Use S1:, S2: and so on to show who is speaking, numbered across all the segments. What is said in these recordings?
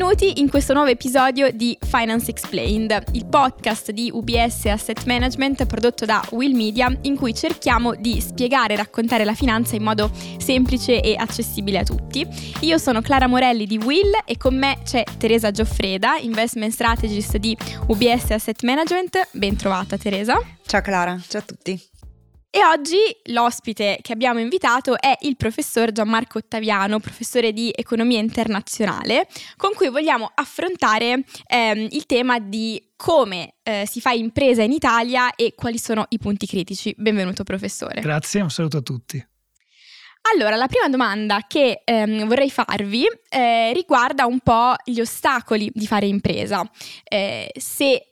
S1: Benvenuti in questo nuovo episodio di Finance Explained, il podcast di UBS Asset Management prodotto da Will Media, in cui cerchiamo di spiegare e raccontare la finanza in modo semplice e accessibile a tutti. Io sono Clara Morelli di Will e con me c'è Teresa Gioffreda, Investment Strategist di UBS Asset Management. Ben trovata Teresa.
S2: Ciao Clara, ciao a tutti.
S1: E oggi l'ospite che abbiamo invitato è il professor Gianmarco Ottaviano, professore di economia internazionale, con cui vogliamo affrontare il tema di come si fa impresa in Italia e quali sono i punti critici. Benvenuto professore.
S3: Grazie, un saluto a tutti.
S1: Allora, la prima domanda che vorrei farvi riguarda un po' gli ostacoli di fare impresa. Se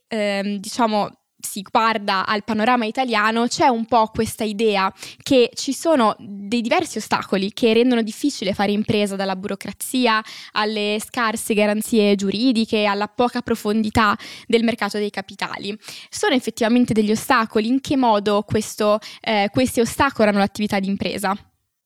S1: si guarda al panorama italiano, c'è un po' questa idea che ci sono dei diversi ostacoli che rendono difficile fare impresa, dalla burocrazia alle scarse garanzie giuridiche, alla poca profondità del mercato dei capitali. Sono effettivamente degli ostacoli? In che modo questi ostacolano l'attività di impresa?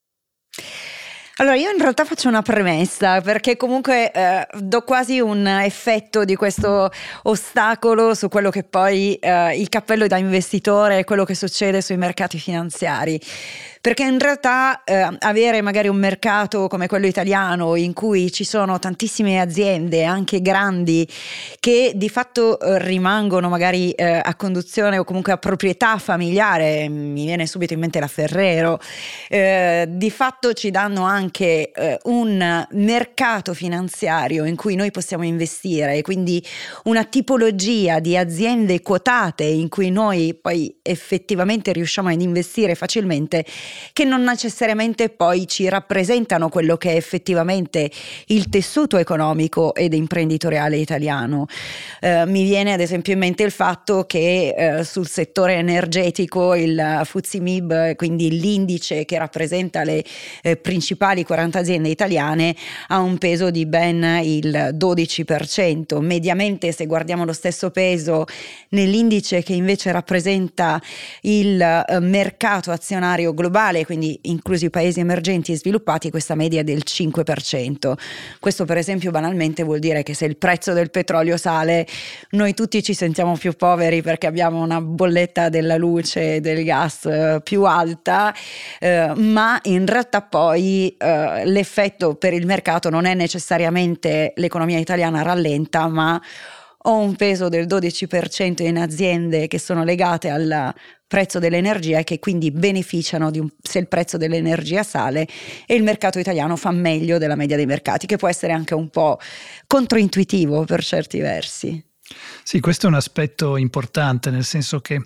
S2: Allora, io in realtà faccio una premessa perché comunque do quasi un effetto di questo ostacolo su quello che poi il cappello da investitore è quello che succede sui mercati finanziari. Perché in realtà avere magari un mercato come quello italiano in cui ci sono tantissime aziende, anche grandi, che di fatto rimangono magari a conduzione o comunque a proprietà familiare, mi viene subito in mente la Ferrero, di fatto ci danno anche un mercato finanziario in cui noi possiamo investire e quindi una tipologia di aziende quotate in cui noi poi effettivamente riusciamo ad investire facilmente, che non necessariamente poi ci rappresentano quello che è effettivamente il tessuto economico ed imprenditoriale italiano. Mi viene ad esempio in mente il fatto che sul settore energetico il FTSE MIB, quindi l'indice che rappresenta le principali 40 aziende italiane, ha un peso di ben il 12%. Mediamente, se guardiamo lo stesso peso nell'indice che invece rappresenta il mercato azionario globale, quindi inclusi i paesi emergenti e sviluppati, questa media è del 5%. Questo per esempio banalmente vuol dire che se il prezzo del petrolio sale, noi tutti ci sentiamo più poveri perché abbiamo una bolletta della luce e del gas più alta, ma in realtà poi l'effetto per il mercato non è necessariamente l'economia italiana rallenta, ma ho un peso del 12% in aziende che sono legate al prezzo dell'energia e che quindi beneficiano se il prezzo dell'energia sale, e il mercato italiano fa meglio della media dei mercati, che può essere anche un po' controintuitivo per certi versi.
S3: Sì, questo è un aspetto importante, nel senso che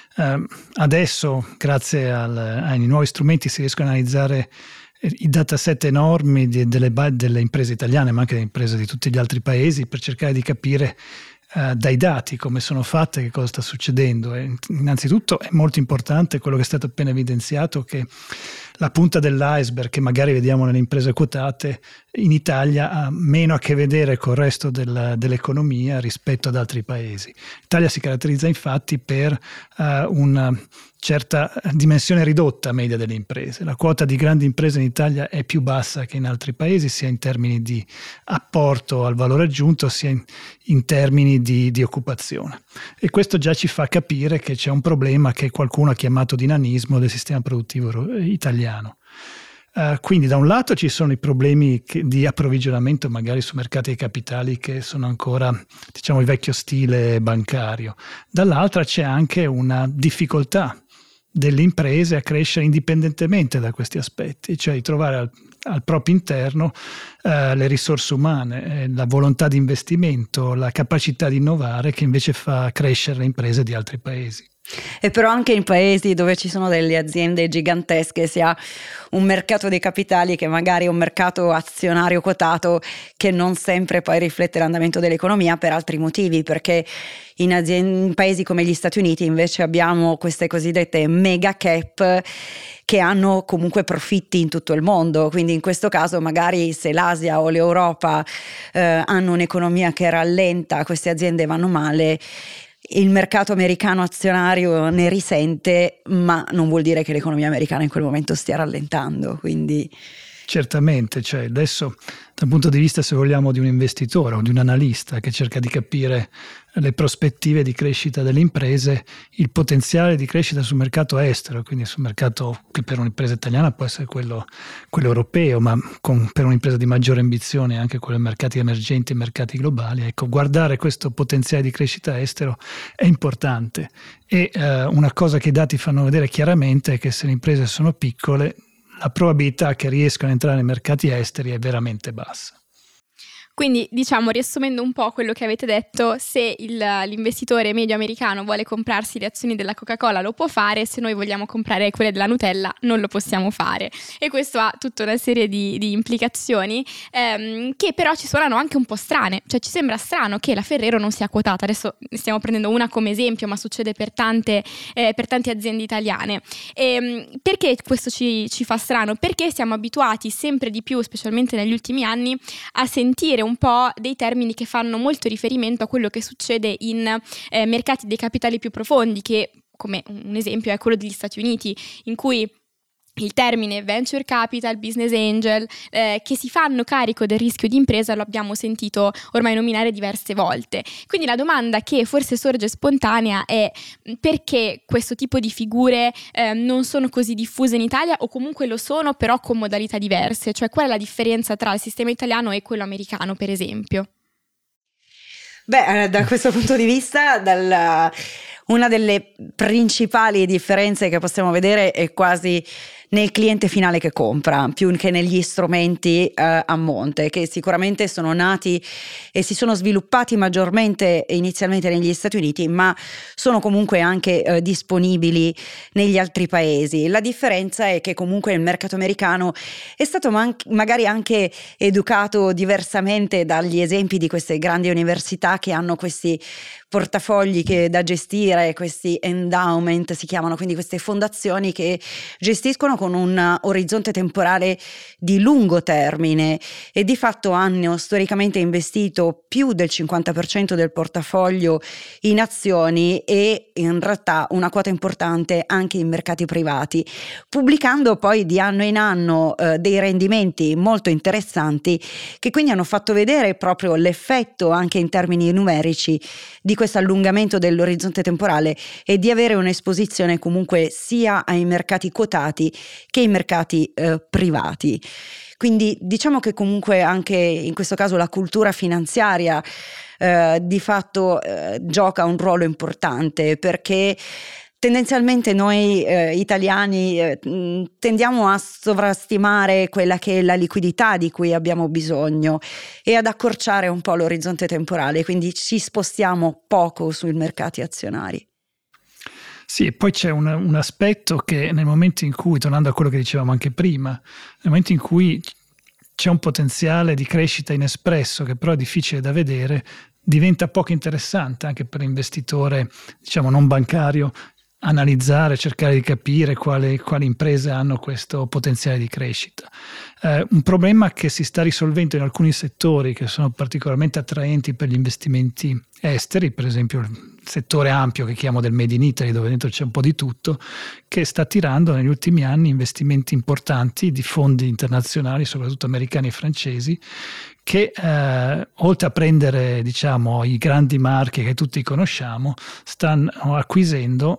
S3: adesso, grazie ai nuovi strumenti, si riescono a analizzare i dataset enormi delle imprese italiane, ma anche delle imprese di tutti gli altri paesi, per cercare di capire dai dati come sono fatte, che cosa sta succedendo. E innanzitutto è molto importante quello che è stato appena evidenziato, che la punta dell'iceberg che magari vediamo nelle imprese quotate in Italia ha meno a che vedere col resto dell'economia rispetto ad altri paesi. L'Italia si caratterizza infatti per una certa dimensione ridotta media delle imprese. La quota di grandi imprese in Italia è più bassa che in altri paesi, sia in termini di apporto al valore aggiunto, sia in termini di occupazione. E questo già ci fa capire che c'è un problema che qualcuno ha chiamato di nanismo del sistema produttivo italiano. Quindi da un lato ci sono i problemi di approvvigionamento magari su mercati dei capitali che sono ancora, diciamo, il vecchio stile bancario. Dall'altra c'è anche una difficoltà delle imprese a crescere indipendentemente da questi aspetti, cioè di trovare al proprio interno le risorse umane, la volontà di investimento, la capacità di innovare, che invece fa crescere le imprese di altri paesi.
S2: E però anche in paesi dove ci sono delle aziende gigantesche si ha un mercato dei capitali che magari è un mercato azionario quotato che non sempre poi riflette l'andamento dell'economia per altri motivi, perché in paesi come gli Stati Uniti invece abbiamo queste cosiddette mega cap che hanno comunque profitti in tutto il mondo, quindi in questo caso magari se l'Asia o l'Europa hanno un'economia che rallenta, queste aziende vanno male, il mercato americano azionario ne risente, ma non vuol dire che l'economia americana in quel momento stia rallentando, quindi
S3: Certamente, cioè adesso dal punto di vista, se vogliamo, di un investitore o di un analista che cerca di capire le prospettive di crescita delle imprese, il potenziale di crescita sul mercato estero, quindi sul mercato che per un'impresa italiana può essere quello europeo, ma per un'impresa di maggiore ambizione anche quello dei mercati emergenti e mercati globali, ecco, guardare questo potenziale di crescita estero è importante. E una cosa che i dati fanno vedere chiaramente è che se le imprese sono piccole, la probabilità che riescano a entrare nei mercati esteri è veramente bassa.
S1: Quindi, diciamo, riassumendo un po' quello che avete detto, se l'investitore medio americano vuole comprarsi le azioni della Coca-Cola lo può fare, se noi vogliamo comprare quelle della Nutella non lo possiamo fare. E questo ha tutta una serie di implicazioni che però ci suonano anche un po' strane. Cioè ci sembra strano che la Ferrero non sia quotata. Adesso ne stiamo prendendo una come esempio, ma succede per tante aziende italiane. Perché questo ci fa strano? Perché siamo abituati sempre di più, specialmente negli ultimi anni, a sentire un po' dei termini che fanno molto riferimento a quello che succede in mercati dei capitali più profondi, che come un esempio è quello degli Stati Uniti, in cui il termine venture capital, business angel, che si fanno carico del rischio di impresa, lo abbiamo sentito ormai nominare diverse volte. Quindi la domanda che forse sorge spontanea è: perché questo tipo di figure non sono così diffuse in Italia, o comunque lo sono però con modalità diverse? Cioè, qual è la differenza tra il sistema italiano e quello americano, per esempio?
S2: Beh, da questo punto di vista, una delle principali differenze che possiamo vedere è quasi nel cliente finale che compra, più che negli strumenti a monte, che sicuramente sono nati e si sono sviluppati maggiormente inizialmente negli Stati Uniti, ma sono comunque anche disponibili negli altri paesi. La differenza è che comunque il mercato americano è stato magari anche educato diversamente dagli esempi di queste grandi università che hanno questi portafogli da gestire, questi endowment si chiamano, quindi queste fondazioni che gestiscono con un orizzonte temporale di lungo termine e di fatto hanno storicamente investito più del 50% del portafoglio in azioni e in realtà una quota importante anche in mercati privati, pubblicando poi di anno in anno dei rendimenti molto interessanti che quindi hanno fatto vedere proprio l'effetto anche in termini numerici di questo allungamento dell'orizzonte temporale e di avere un'esposizione comunque sia ai mercati quotati che ai mercati privati. Quindi diciamo che comunque anche in questo caso la cultura finanziaria di fatto gioca un ruolo importante, perché tendenzialmente noi italiani tendiamo a sovrastimare quella che è la liquidità di cui abbiamo bisogno e ad accorciare un po' l'orizzonte temporale, quindi ci spostiamo poco sui mercati azionari.
S3: Sì, e poi c'è un aspetto che nel momento in cui, tornando a quello che dicevamo anche prima, nel momento in cui c'è un potenziale di crescita inespresso che però è difficile da vedere, diventa poco interessante anche per l'investitore, diciamo, non bancario, analizzare, cercare di capire quali imprese hanno questo potenziale di crescita. Un problema che si sta risolvendo in alcuni settori che sono particolarmente attraenti per gli investimenti esteri, per esempio il settore ampio che chiamo del Made in Italy, dove dentro c'è un po' di tutto, che sta attirando negli ultimi anni investimenti importanti di fondi internazionali, soprattutto americani e francesi, che oltre a prendere, diciamo, i grandi marchi che tutti conosciamo, stanno acquisendo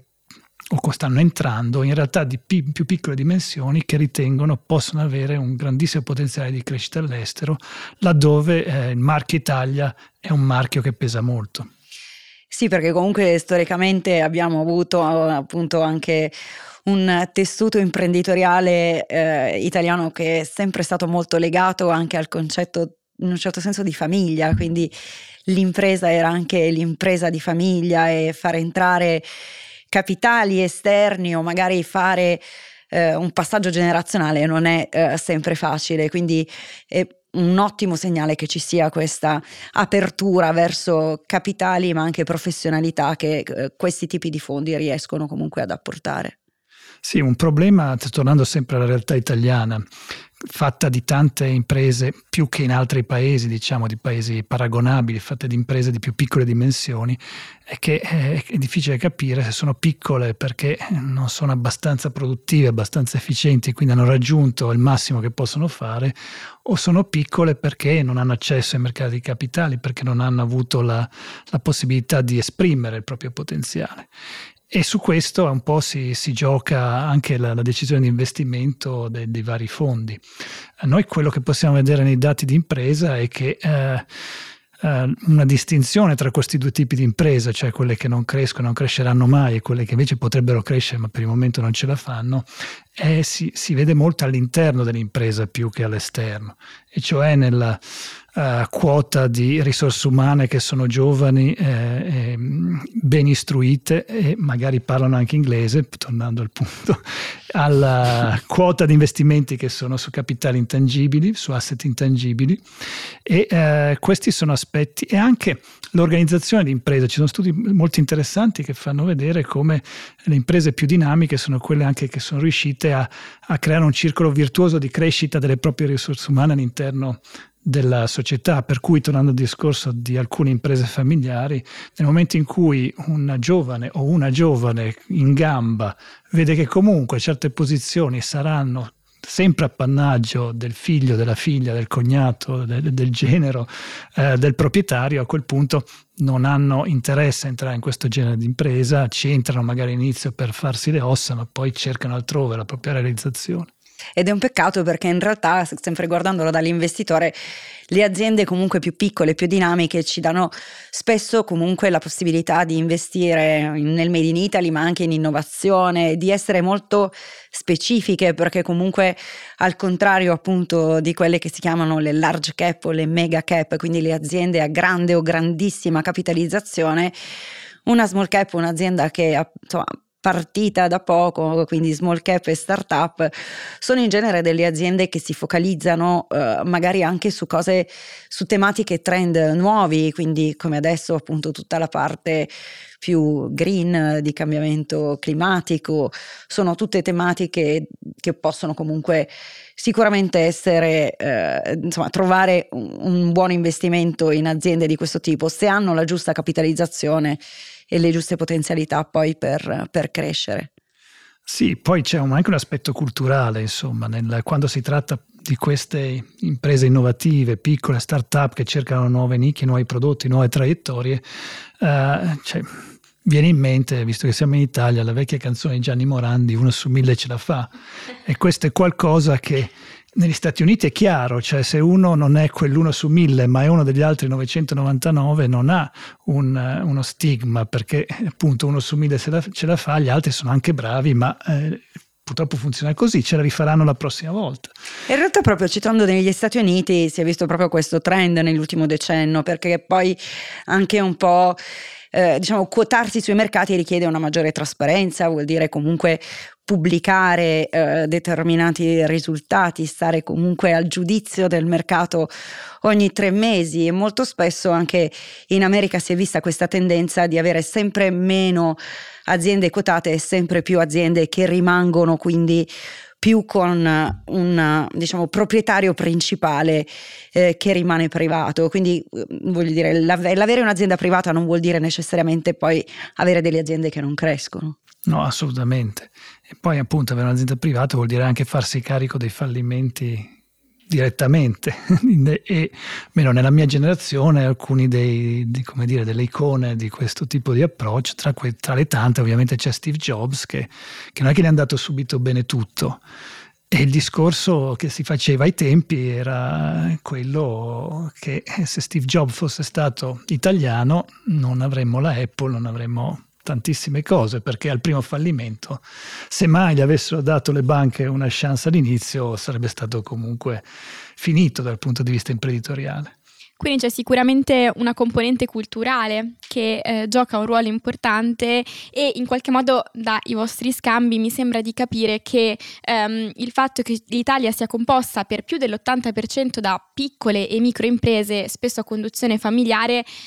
S3: o stanno entrando in realtà di più piccole dimensioni che ritengono possono avere un grandissimo potenziale di crescita all'estero, laddove il marchio Italia è un marchio che pesa molto.
S2: Sì, perché comunque storicamente abbiamo avuto appunto anche un tessuto imprenditoriale italiano che è sempre stato molto legato anche al concetto, in un certo senso, di famiglia, quindi l'impresa era anche l'impresa di famiglia, e far entrare capitali esterni o magari fare un passaggio generazionale non è sempre facile, quindi è un ottimo segnale che ci sia questa apertura verso capitali ma anche professionalità che questi tipi di fondi riescono comunque ad apportare.
S3: Sì, un problema, tornando sempre alla realtà italiana, fatta di tante imprese, più che in altri paesi, diciamo di paesi paragonabili, fatte di imprese di più piccole dimensioni, è che è difficile capire se sono piccole perché non sono abbastanza produttive, abbastanza efficienti, quindi hanno raggiunto il massimo che possono fare, o sono piccole perché non hanno accesso ai mercati di capitali, perché non hanno avuto la possibilità di esprimere il proprio potenziale. E su questo un po' si gioca anche la decisione di investimento dei vari fondi. Noi quello che possiamo vedere nei dati di impresa è che una distinzione tra questi due tipi di imprese, cioè quelle che non crescono, non cresceranno mai, e quelle che invece potrebbero crescere ma per il momento non ce la fanno, si vede molto all'interno dell'impresa più che all'esterno, e cioè nella quota di risorse umane che sono giovani, ben istruite e magari parlano anche inglese, tornando al punto, alla quota di investimenti che sono su capitali intangibili, su asset intangibili, e questi sono aspetti, e anche l'organizzazione di imprese. Ci sono studi molto interessanti che fanno vedere come le imprese più dinamiche sono quelle anche che sono riuscite a creare un circolo virtuoso di crescita delle proprie risorse umane all'interno della società, per cui, tornando al discorso di alcune imprese familiari, nel momento in cui un giovane o una giovane in gamba vede che comunque certe posizioni saranno sempre appannaggio del figlio, della figlia, del cognato, del genero del proprietario, a quel punto non hanno interesse a entrare in questo genere di impresa, ci entrano magari all'inizio per farsi le ossa, ma poi cercano altrove la propria realizzazione.
S2: Ed è un peccato, perché in realtà, sempre guardandolo dall'investitore, le aziende comunque più piccole, più dinamiche ci danno spesso comunque la possibilità di investire nel Made in Italy, ma anche in innovazione, di essere molto specifiche, perché comunque, al contrario appunto di quelle che si chiamano le large cap o le mega cap, quindi le aziende a grande o grandissima capitalizzazione, una small cap, un'azienda che insomma partita da poco, quindi small cap e startup, sono in genere delle aziende che si focalizzano magari anche su cose, su tematiche trend nuovi, quindi come adesso appunto tutta la parte più green, di cambiamento climatico, sono tutte tematiche che possono comunque sicuramente essere, insomma, trovare un buon investimento in aziende di questo tipo, se hanno la giusta capitalizzazione e le giuste potenzialità poi per crescere.
S3: Sì, poi c'è anche un aspetto culturale, insomma, quando si tratta di queste imprese innovative, piccole start-up che cercano nuove nicchie, nuovi prodotti, nuove traiettorie, viene in mente, visto che siamo in Italia, la vecchia canzone di Gianni Morandi, 1 su 1000 ce la fa, e questo è qualcosa che negli Stati Uniti è chiaro, cioè se uno non è quell'1 su 1000 ma è uno degli altri 999 non ha uno stigma, perché appunto 1 su 1000 ce la fa, gli altri sono anche bravi, ma purtroppo funziona così, ce la rifaranno la prossima volta.
S2: In realtà, proprio citando negli Stati Uniti, si è visto proprio questo trend nell'ultimo decennio, perché poi anche un po' quotarsi sui mercati richiede una maggiore trasparenza, vuol dire comunque pubblicare determinati risultati, stare comunque al giudizio del mercato ogni 3 mesi, e molto spesso anche in America si è vista questa tendenza di avere sempre meno aziende quotate e sempre più aziende che rimangono quindi più con un proprietario principale che rimane privato. Quindi voglio dire, l'avere un'azienda privata non vuol dire necessariamente poi avere delle aziende che non crescono.
S3: No, assolutamente. E poi appunto avere un'azienda privata vuol dire anche farsi carico dei fallimenti direttamente. E meno nella mia generazione alcuni delle icone di questo tipo di approccio, tra le tante ovviamente c'è Steve Jobs, che non è che gli è andato subito bene tutto, e il discorso che si faceva ai tempi era quello che se Steve Jobs fosse stato italiano non avremmo la Apple, non avremmo tantissime cose, perché al primo fallimento, se mai gli avessero dato le banche una chance all'inizio, sarebbe stato comunque finito dal punto di vista imprenditoriale.
S1: Quindi c'è sicuramente una componente culturale che gioca un ruolo importante, e in qualche modo dai vostri scambi mi sembra di capire che il fatto che l'Italia sia composta per più dell'80% da piccole e micro imprese, spesso a conduzione familiare,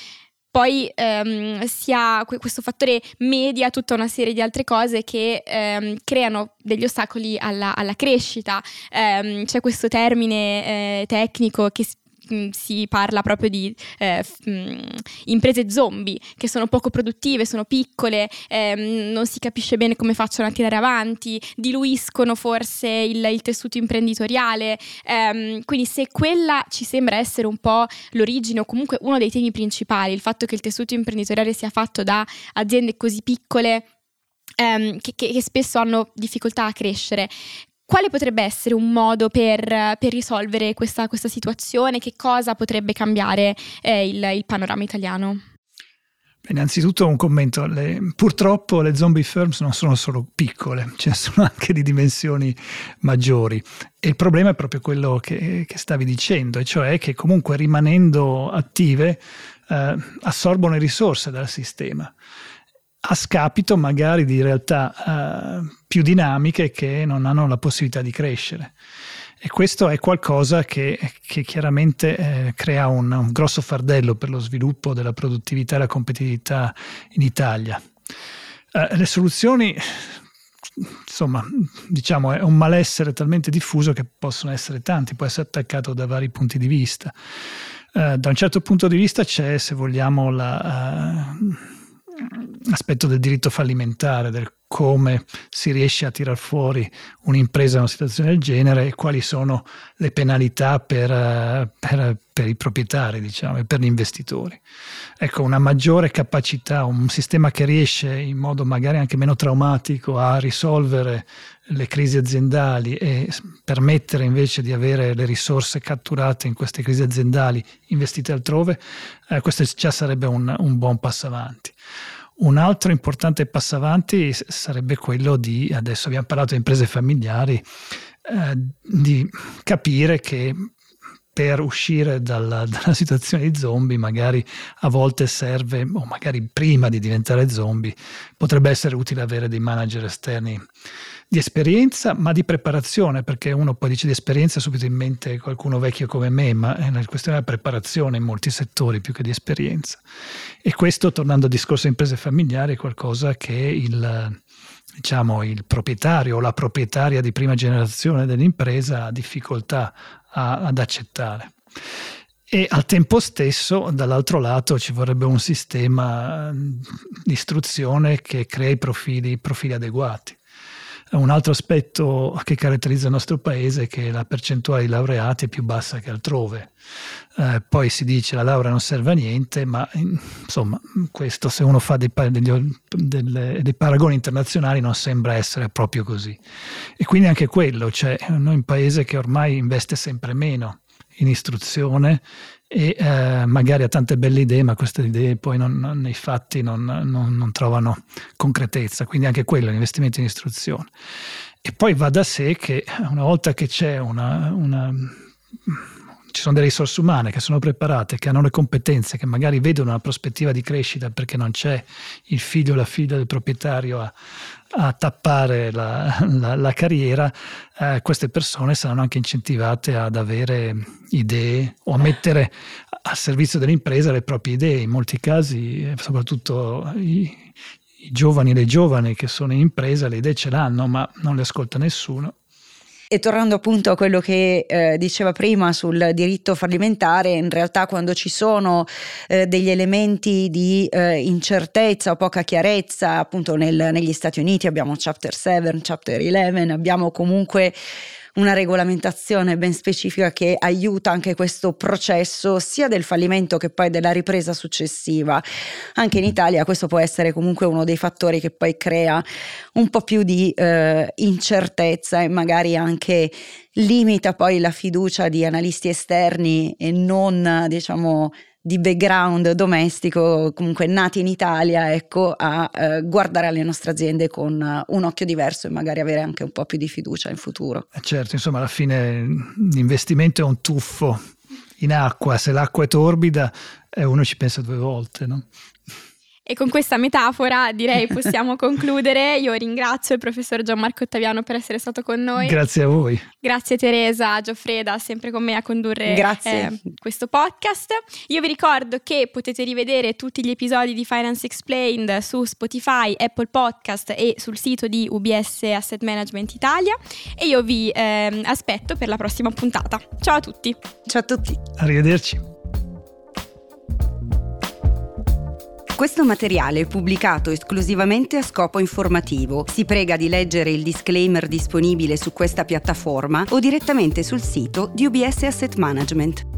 S1: poi si ha questo fattore media tutta una serie di altre cose che creano degli ostacoli alla crescita. C'è questo termine tecnico che si parla proprio di imprese zombie, che sono poco produttive, sono piccole, non si capisce bene come facciano a tirare avanti, diluiscono forse il tessuto imprenditoriale, quindi se quella ci sembra essere un po' l'origine o comunque uno dei temi principali, il fatto che il tessuto imprenditoriale sia fatto da aziende così piccole che spesso hanno difficoltà a crescere, quale potrebbe essere un modo per risolvere questa situazione? Che cosa potrebbe cambiare il panorama italiano?
S3: Innanzitutto un commento, purtroppo le zombie firms non sono solo piccole, ce ne sono anche di dimensioni maggiori, e il problema è proprio quello che stavi dicendo, e cioè che comunque rimanendo attive assorbono risorse dal sistema, a scapito magari di realtà più dinamiche che non hanno la possibilità di crescere. E questo è qualcosa che chiaramente crea un grosso fardello per lo sviluppo della produttività e la competitività in Italia. Le soluzioni, insomma, diciamo, è un malessere talmente diffuso che possono essere tanti, può essere attaccato da vari punti di vista. Da un certo punto di vista c'è, se vogliamo, l'aspetto del diritto fallimentare, del come si riesce a tirar fuori un'impresa in una situazione del genere e quali sono le penalità per i proprietari, diciamo, e per gli investitori. Ecco, una maggiore capacità, un sistema che riesce in modo magari anche meno traumatico a risolvere le crisi aziendali e permettere invece di avere le risorse catturate in queste crisi aziendali investite altrove, questo già sarebbe un buon passo avanti. Un altro importante passo avanti sarebbe quello di, adesso abbiamo parlato di imprese familiari, di capire che per uscire dalla situazione di zombie magari a volte serve, o magari prima di diventare zombie, potrebbe essere utile avere dei manager esterni di esperienza, ma di preparazione, perché uno poi dice di esperienza subito in mente qualcuno vecchio come me, ma è una questione della preparazione in molti settori più che di esperienza. E questo, tornando al discorso di imprese familiari, è qualcosa che il proprietario o la proprietaria di prima generazione dell'impresa ha difficoltà ad accettare. E al tempo stesso, dall'altro lato, ci vorrebbe un sistema di istruzione che crei profili adeguati. Un altro aspetto che caratterizza il nostro paese è che la percentuale di laureati è più bassa che altrove. Poi si dice la laurea non serve a niente, ma insomma questo, se uno fa dei paragoni internazionali, non sembra essere proprio così. E quindi anche quello, cioè noi un paese che ormai investe sempre meno in istruzione e magari ha tante belle idee, ma queste idee poi nei fatti non trovano concretezza, quindi anche quello è l'investimento in istruzione. E poi va da sé che una volta che c'è ci sono delle risorse umane che sono preparate, che hanno le competenze, che magari vedono una prospettiva di crescita perché non c'è il figlio o la figlia del proprietario a tappare la carriera, queste persone saranno anche incentivate ad avere idee o a mettere a servizio dell'impresa le proprie idee. In molti casi, soprattutto i giovani e le giovani che sono in impresa, le idee ce l'hanno, ma non le ascolta nessuno.
S2: E tornando appunto a quello che diceva prima sul diritto fallimentare, in realtà quando ci sono degli elementi di incertezza o poca chiarezza, appunto negli Stati Uniti abbiamo Chapter 7, Chapter 11, abbiamo comunque una regolamentazione ben specifica che aiuta anche questo processo sia del fallimento che poi della ripresa successiva. Anche in Italia questo può essere comunque uno dei fattori che poi crea un po' più di incertezza e magari anche limita poi la fiducia di analisti esterni e non, diciamo, di background domestico, comunque nati in Italia, ecco, a guardare alle nostre aziende con un occhio diverso e magari avere anche un po' più di fiducia in futuro.
S3: Certo, insomma, alla fine l'investimento è un tuffo in acqua, se l'acqua è torbida uno ci pensa 2 volte, no?
S1: E con questa metafora direi possiamo concludere. Io ringrazio il professor Gianmarco Ottaviano per essere stato con noi.
S3: Grazie a voi.
S1: Grazie Teresa Gioffreda, sempre con me a condurre questo podcast. Io vi ricordo che potete rivedere tutti gli episodi di Finance Explained su Spotify, Apple Podcast e sul sito di UBS Asset Management Italia, e io vi aspetto per la prossima puntata. Ciao a tutti.
S2: Ciao a tutti.
S3: Arrivederci.
S4: Questo materiale è pubblicato esclusivamente a scopo informativo. Si prega di leggere il disclaimer disponibile su questa piattaforma o direttamente sul sito di UBS Asset Management.